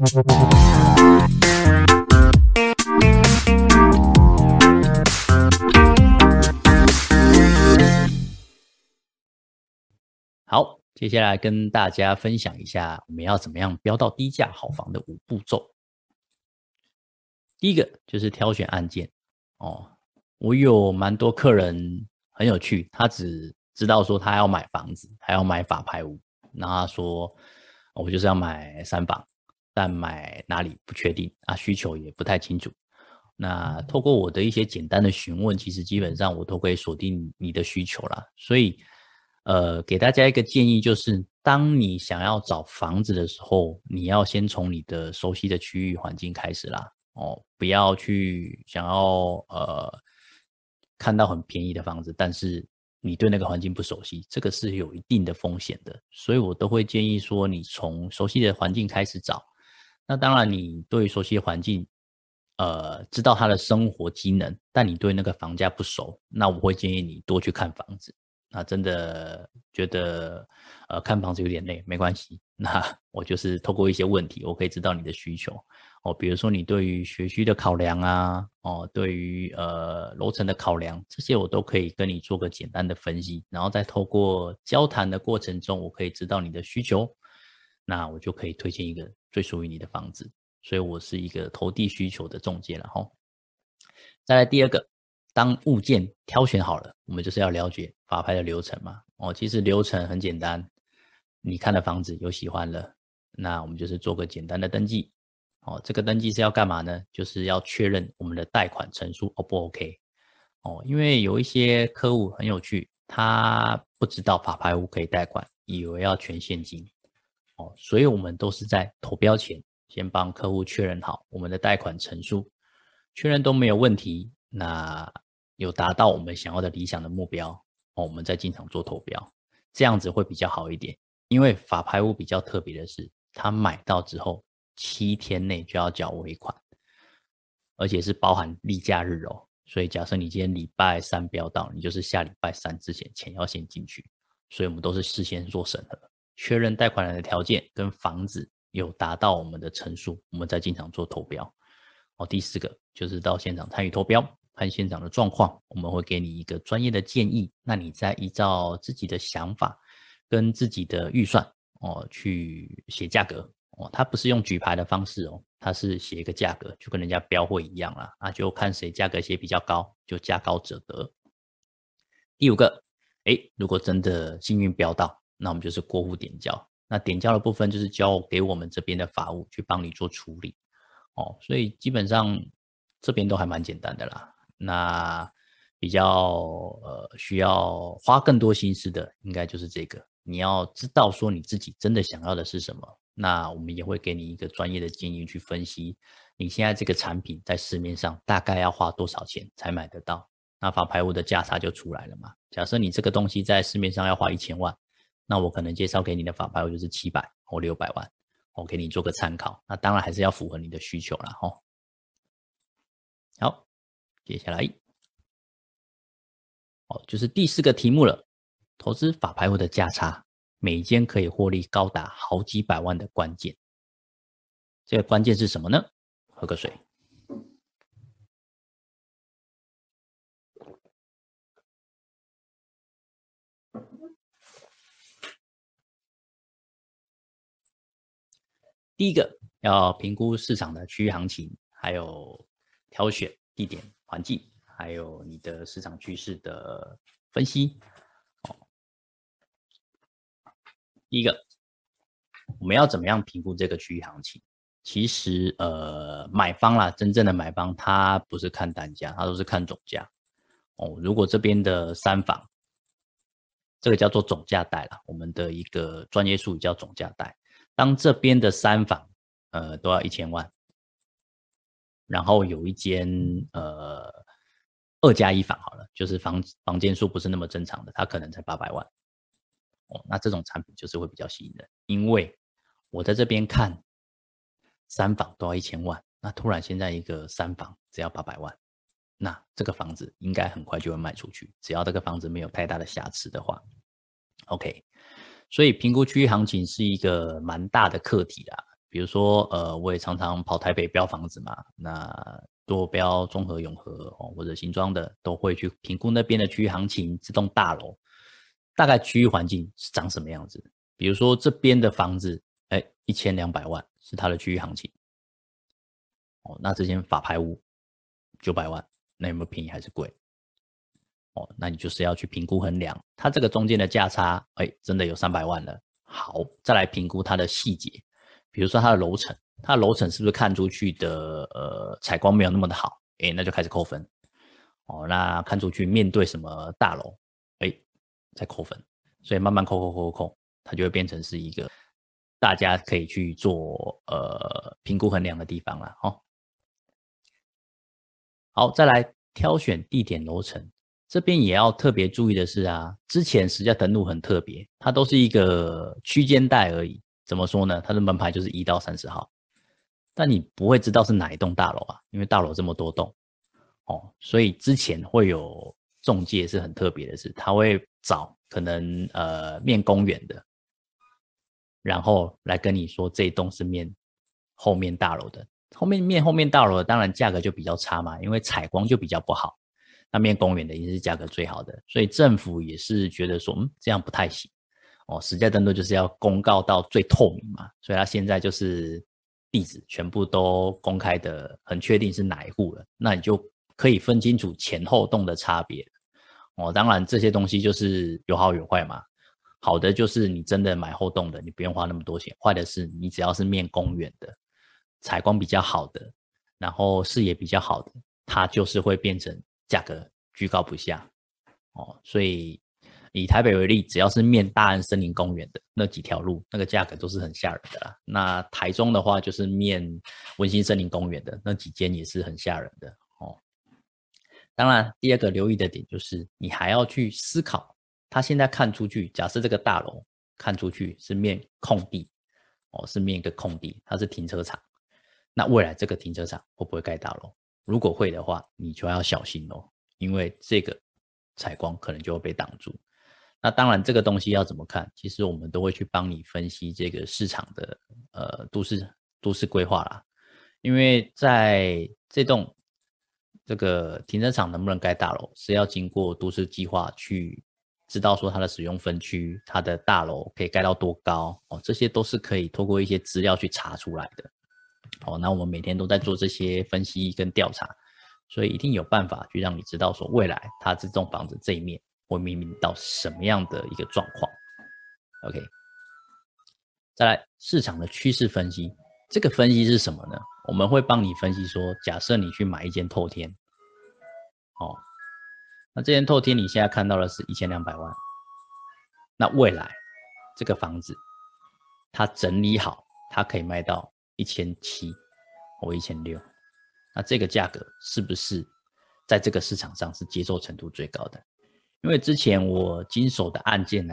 好，接下来跟大家分享一下我们要怎么样标到低价好房的5步骤。第一个就是挑选案件我有蛮多客人很有趣，他只知道说他要买房子，还要买法拍屋，然后他说我就是要买3房，但买哪里不确定需求也不太清楚。那透过我的一些简单的询问，其实基本上我都可以锁定你的需求啦。所以给大家一个建议，就是当你想要找房子的时候，你要先从你的熟悉的区域环境开始啦不要去想要看到很便宜的房子，但是你对那个环境不熟悉，这个是有一定的风险的。所以我都会建议说，你从熟悉的环境开始找。那当然你对于熟悉的环境知道它的生活机能，但你对那个房价不熟，那我会建议你多去看房子。那真的觉得看房子有点累，没关系，那我就是透过一些问题，我可以知道你的需求比如说你对于学区的考量对于楼层的考量，这些我都可以跟你做个简单的分析，然后再透过交谈的过程中，我可以知道你的需求，那我就可以推荐一个最属于你的房子。所以我是一个投递需求的中介啦再来第二个，当物件挑选好了，我们就是要了解法拍的流程嘛其实流程很简单，你看了房子有喜欢了，那我们就是做个简单的登记这个登记是要干嘛呢？就是要确认我们的贷款成数 O 不 OK 因为有一些客户很有趣，他不知道法拍屋可以贷款，以为要全现金所以我们都是在投标前先帮客户确认好我们的贷款成数，确认都没有问题，那有达到我们想要的理想的目标我们再进场做投标，这样子会比较好一点。因为法拍屋比较特别的是，他买到之后7天内就要缴尾款，而且是包含例假日所以假设你今天礼拜3标到，你就是下礼拜3之前钱要先进去，所以我们都是事先做审核，确认贷款人的条件跟房子有达到我们的成数，我们再进场做投标第4个就是到现场参与投标，看现场的状况，我们会给你一个专业的建议，那你再依照自己的想法跟自己的预算去写价格它不是用举牌的方式它是写一个价格，就跟人家标会一样啦就看谁价格写比较高，就价高者得。第5个如果真的幸运标到，那我们就是过户点交，那点交的部分就是交给我们这边的法务去帮你做处理所以基本上这边都还蛮简单的啦。那比较需要花更多心思的应该就是这个，你要知道说你自己真的想要的是什么，那我们也会给你一个专业的建议去分析你现在这个产品在市面上大概要花多少钱才买得到，那法拍屋的价差就出来了嘛。假设你这个东西在市面上要花1000万，那我可能介绍给你的法拍屋就是700或600万我给你做个参考，那当然还是要符合你的需求啦好，接下来就是第4个题目了，投资法拍屋的价差，每间可以获利高达好几百万的关键。这个关键是什么呢？喝个水。第一个要评估市场的区域行情，还有挑选地点、环境，还有你的市场趋势的分析第一个，我们要怎么样评估这个区域行情？其实买方啦，真正的买方他不是看单价，他都是看总价如果这边的3房，这个叫做总价带啦，我们的一个专业术语叫总价带。当这边的3房都要1000万，然后有一间2+1房好了，就是房间数不是那么正常的，它可能才800万那这种产品就是会比较吸引人，因为我在这边看3房都要1000万，那突然现在一个3房只要800万，那这个房子应该很快就会卖出去，只要这个房子没有太大的瑕疵的话 OK， 所以评估区域行情是一个蛮大的课题啦， 比如说我也常常跑台北标房子嘛，那多标中和、永和或者新庄的都会去评估那边的区域行情，这栋大楼大概区域环境是长什么样子。比如说这边的房子1200万是它的区域行情，那这间法拍屋900万，那有没有便宜还是贵？那你就是要去评估衡量，它这个中间的价差，真的有300万了。好，再来评估它的细节，比如说它的楼层，它的楼层是不是看出去的采光没有那么的好？那就开始扣分。那看出去面对什么大楼，再扣分。所以慢慢扣，它就会变成是一个大家可以去做评估衡量的地方啦。好，再来挑选地点楼层。这边也要特别注意的是啊，之前实价登录很特别，它都是一个区间带而已。怎么说呢？它的门牌就是1到30号，但你不会知道是哪一栋大楼啊，因为大楼这么多栋所以之前会有中介是很特别的是，他会找可能面公园的，然后来跟你说这一栋是面后面大楼的，后面大楼的当然价格就比较差嘛，因为采光就比较不好。那面公园的也是价格最好的，所以政府也是觉得说，这样不太行实价登录就是要公告到最透明嘛，所以他现在就是地址全部都公开的，很确定是哪一户了，那你就可以分清楚前后栋的差别当然这些东西就是有好有坏嘛，好的就是你真的买后栋的，你不用花那么多钱，坏的是你只要是面公园的，采光比较好的，然后视野比较好的，它就是会变成价格居高不下所以以台北为例，只要是面大安森林公园的那几条路，那个价格都是很吓人的啦。那台中的话，就是面文心森林公园的那几间也是很吓人的当然，第二个留意的点就是你还要去思考，他现在看出去，假设这个大楼看出去是面空地是面一个空地，它是停车场。那未来这个停车场会不会盖大楼？如果会的话，你就要小心因为这个采光可能就会被挡住。那当然这个东西要怎么看，其实我们都会去帮你分析这个市场的都市规划啦。因为在这栋这个停车场能不能盖大楼，是要经过都市计划去知道说它的使用分区，它的大楼可以盖到多高这些都是可以透过一些资料去查出来的那我们每天都在做这些分析跟调查，所以一定有办法去让你知道说未来它这栋房子这一面会面临到什么样的一个状况。OK， 再来市场的趋势分析，这个分析是什么呢？我们会帮你分析说，假设你去买一间透天那这间透天你现在看到的是1200万，那未来这个房子它整理好，它可以卖到1700或1600，那这个价格是不是在这个市场上是接受程度最高的？因为之前我经手的案件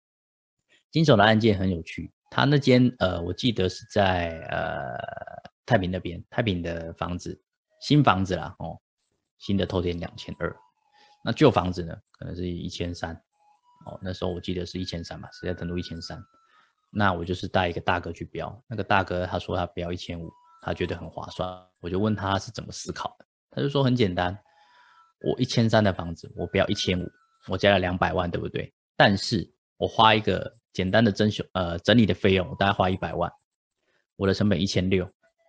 很有趣，他那间我记得是在太平那边，太平的房子新房子啦新的透天2200，那旧房子呢可能是1300那时候我记得是1300嘛，实在登录1300。那我就是带一个大哥去标，那个大哥他说他标1500，他觉得很划算，我就问他是怎么思考的，他就说很简单，我1300的房子我标1500，我加了200万，对不对？但是我花一个简单的整理的费用，我大概花100万，我的成本1600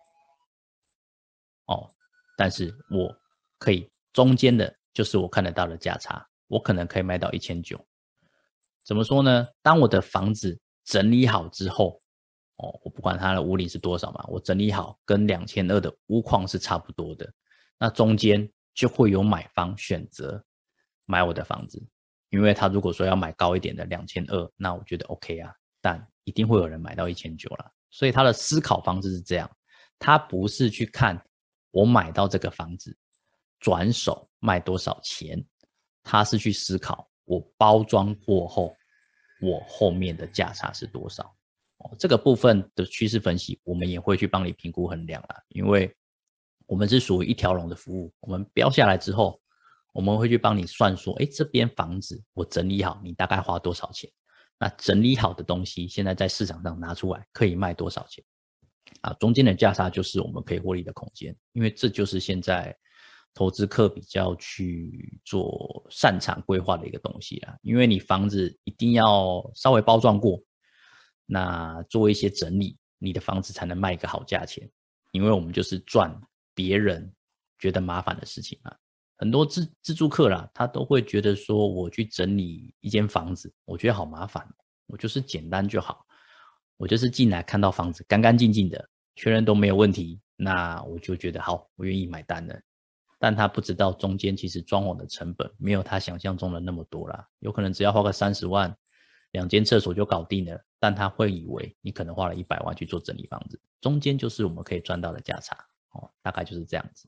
但是我可以中间的就是我看得到的价差，我可能可以卖到1900。怎么说呢？当我的房子整理好之后我不管它的屋龄是多少嘛，我整理好跟2200的屋况是差不多的，那中间就会有买方选择买我的房子，因为他如果说要买高一点的2200，那我觉得 OK 啊，但一定会有人买到1900啦。所以他的思考方式是这样，他不是去看我买到这个房子转手卖多少钱，他是去思考我包装过后我后面的价差是多少这个部分的趋势分析我们也会去帮你评估衡量啦，因为我们是属于一条龙的服务，我们标下来之后我们会去帮你算说这边房子我整理好你大概花多少钱，那整理好的东西现在在市场上拿出来可以卖多少钱。 中间的价差就是我们可以获利的空间，因为这就是现在投资客比较去做擅长规划的一个东西啦。因为你房子一定要稍微包装过，那做一些整理，你的房子才能卖一个好价钱。因为我们就是赚别人觉得麻烦的事情嘛。很多自住客啦，他都会觉得说，我去整理一间房子，我觉得好麻烦，我就是简单就好，我就是进来看到房子干干净净的，确认都没有问题，那我就觉得好，我愿意买单了。但他不知道中间其实装潢的成本没有他想象中的那么多啦，有可能只要花个30万，2间厕所就搞定了，但他会以为你可能花了100万去做整理房子，中间就是我们可以赚到的价差，大概就是这样子。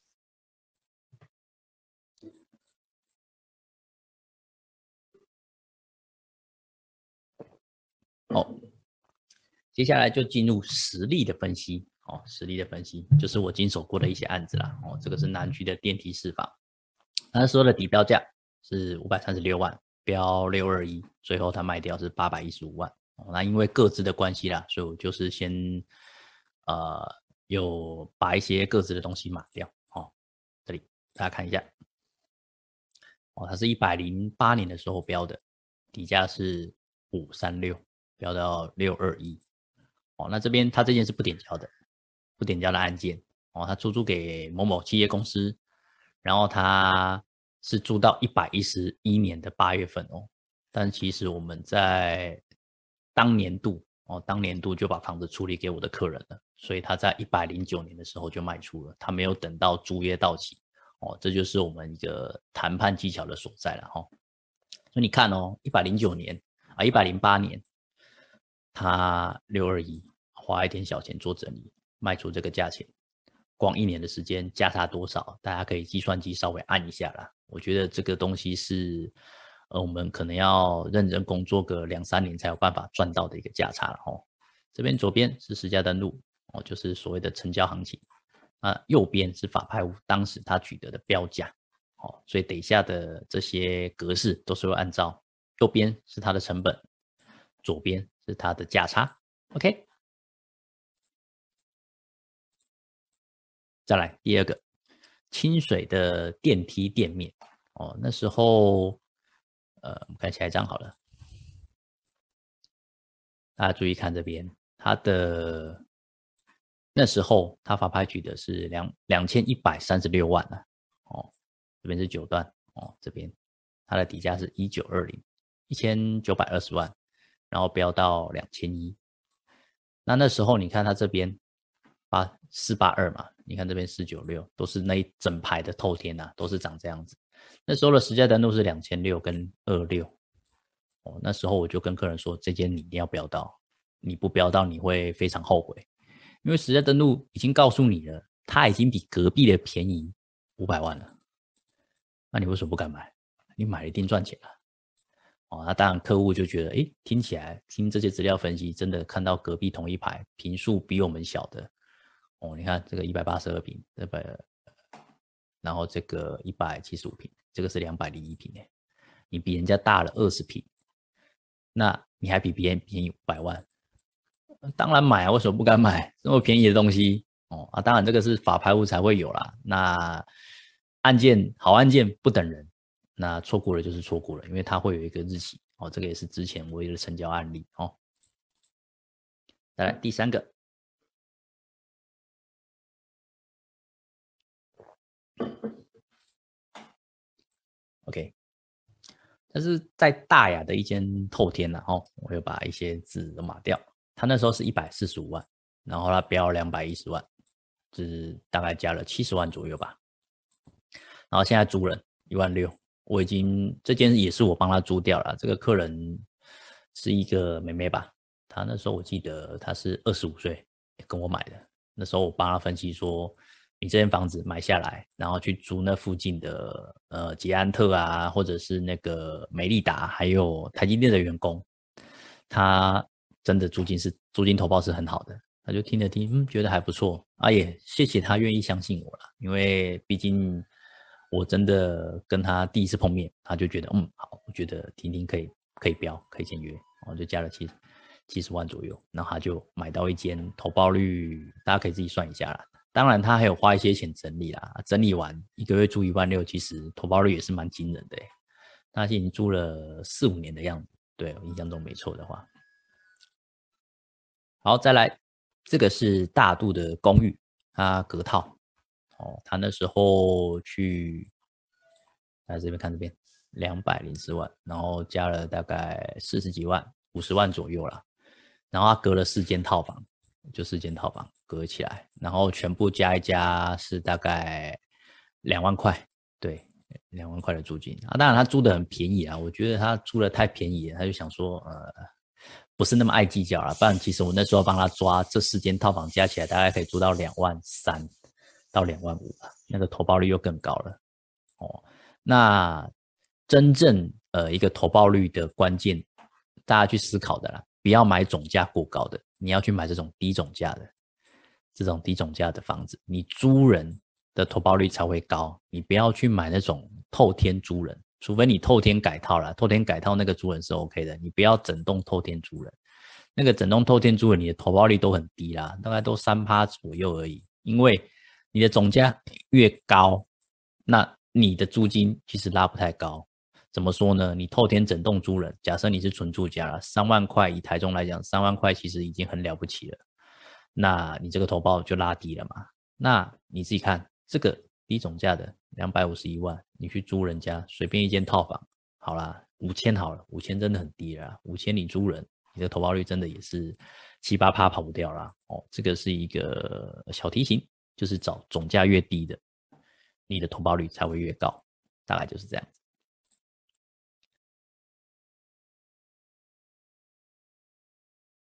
接下来就进入实例的分析，实例的分析就是我经手过的一些案子啦，这个是南区的电梯四房，那时候的底标价是536万，标621，最后他卖掉是815万，那因为各自的关系啦，所以我就是先有把一些各自的东西码掉，这里大家看一下，它是108年的时候标的，底价是536，标到621。那这边他这件是不点交的，不点交的案件，他出租给某某企业公司，然后他是租到111年的8月份但其实我们在当年度就把房子处理给我的客人了，所以他在109年的时候就卖出了，他没有等到租约到期，这就是我们一个谈判技巧的所在了所以你看109年108年。他621花一点小钱做整理，卖出这个价钱，光1年的时间价差多少？大家可以计算机稍微按一下啦。我觉得这个东西是我们可能要认真工作个2-3年才有办法赚到的一个价差了这边左边是实价登录就是所谓的成交行情，右边是法拍屋当时他取得的标价所以等一下的这些格式都是会按照右边是它的成本，左边是它的价差 ，OK。再来第二个，清水的电梯店面那时候我们看下一张好了，大家注意看这边，它的那时候它法拍取的是2136万啊，这边是9段这边它的底价是1920，1920万，然后飙到2100。那时候你看它这边482嘛，你看这边496，都是那一整排的透天都是长这样子。那时候的实价登录是2600跟26，那时候我就跟客人说，这间你一定要标到，你不标到你会非常后悔，因为实价登录已经告诉你了，它已经比隔壁的便宜500万了，那你为什么不敢买？你买了一定赚钱了。那当然客户就觉得，听起来听这些资料分析，真的看到隔壁同一排坪数比我们小的，你看这个182坪，然后这个175坪，这个是201坪你比人家大了20坪，那你还比别人便宜500万，当然买为什么不敢买？这么便宜的东西当然这个是法拍屋才会有啦。那好案件不等人。那错过了就是错过了，因为它会有一个日期这个也是之前我有的成交案例再来第三个，OK， 但是在大雅的一间透天我有把一些字都码掉，他那时候是145万，然后他标210万，就是大概加了70万左右吧，然后现在租人16000。我已经这间也是我帮他租掉了，这个客人是一个妹妹吧，她那时候我记得她是25岁跟我买的，那时候我帮他分析说，你这间房子买下来，然后去租那附近的捷安特啊，或者是那个美利达，还有台积电的员工，他真的租金投报是很好的，他就听了听，觉得还不错也谢谢他愿意相信我了，因为毕竟我真的跟他第一次碰面，他就觉得好，我觉得婷婷可以标，可以签约，我就加了 70万左右，然后他就买到一间投报率，大家可以自己算一下啦。当然他还有花一些钱整理啦，整理完1个月租16000，其实投报率也是蛮惊人的。他已经租了4、5年的样子，对，我印象中没错的话。好，再来，这个是大肚的公寓，它隔套。他那时候去，来这边看这边204万，然后加了大概40几万，50万左右啦。然后他隔了4间套房，就4间套房隔起来，然后全部加一加是大概2万块，对，2万块的租金。当然他租的很便宜啊，我觉得他租的太便宜了，他就想说不是那么爱计较啦，不然其实我那时候帮他抓这4间套房加起来大概可以租到23000到2万5吧，那个投报率又更高了。那真正一个投报率的关键，大家去思考的啦，不要买总价过高的，你要去买这种低总价的房子，你租人的投报率才会高。你不要去买那种透天租人，除非你透天改套啦，透天改套那个租人是 OK 的，你不要整栋透天租人。那个整栋透天租人，你的投报率都很低啦，大概都 3% 左右而已，因为你的总价越高，那你的租金其实拉不太高。怎么说呢？你透天整栋租人，假设你是纯住家了，3万块以台中来讲，3万块其实已经很了不起了。那你这个投报就拉低了嘛？那你自己看，这个低总价的251万，你去租人家随便一间套房，好啦，5000好了，5000真的很低了啦，5000你租人，你的投报率真的也是7-8%跑不掉啦。这个是一个小提醒，就是找总价越低的，你的投报率才会越高，大概就是这样子。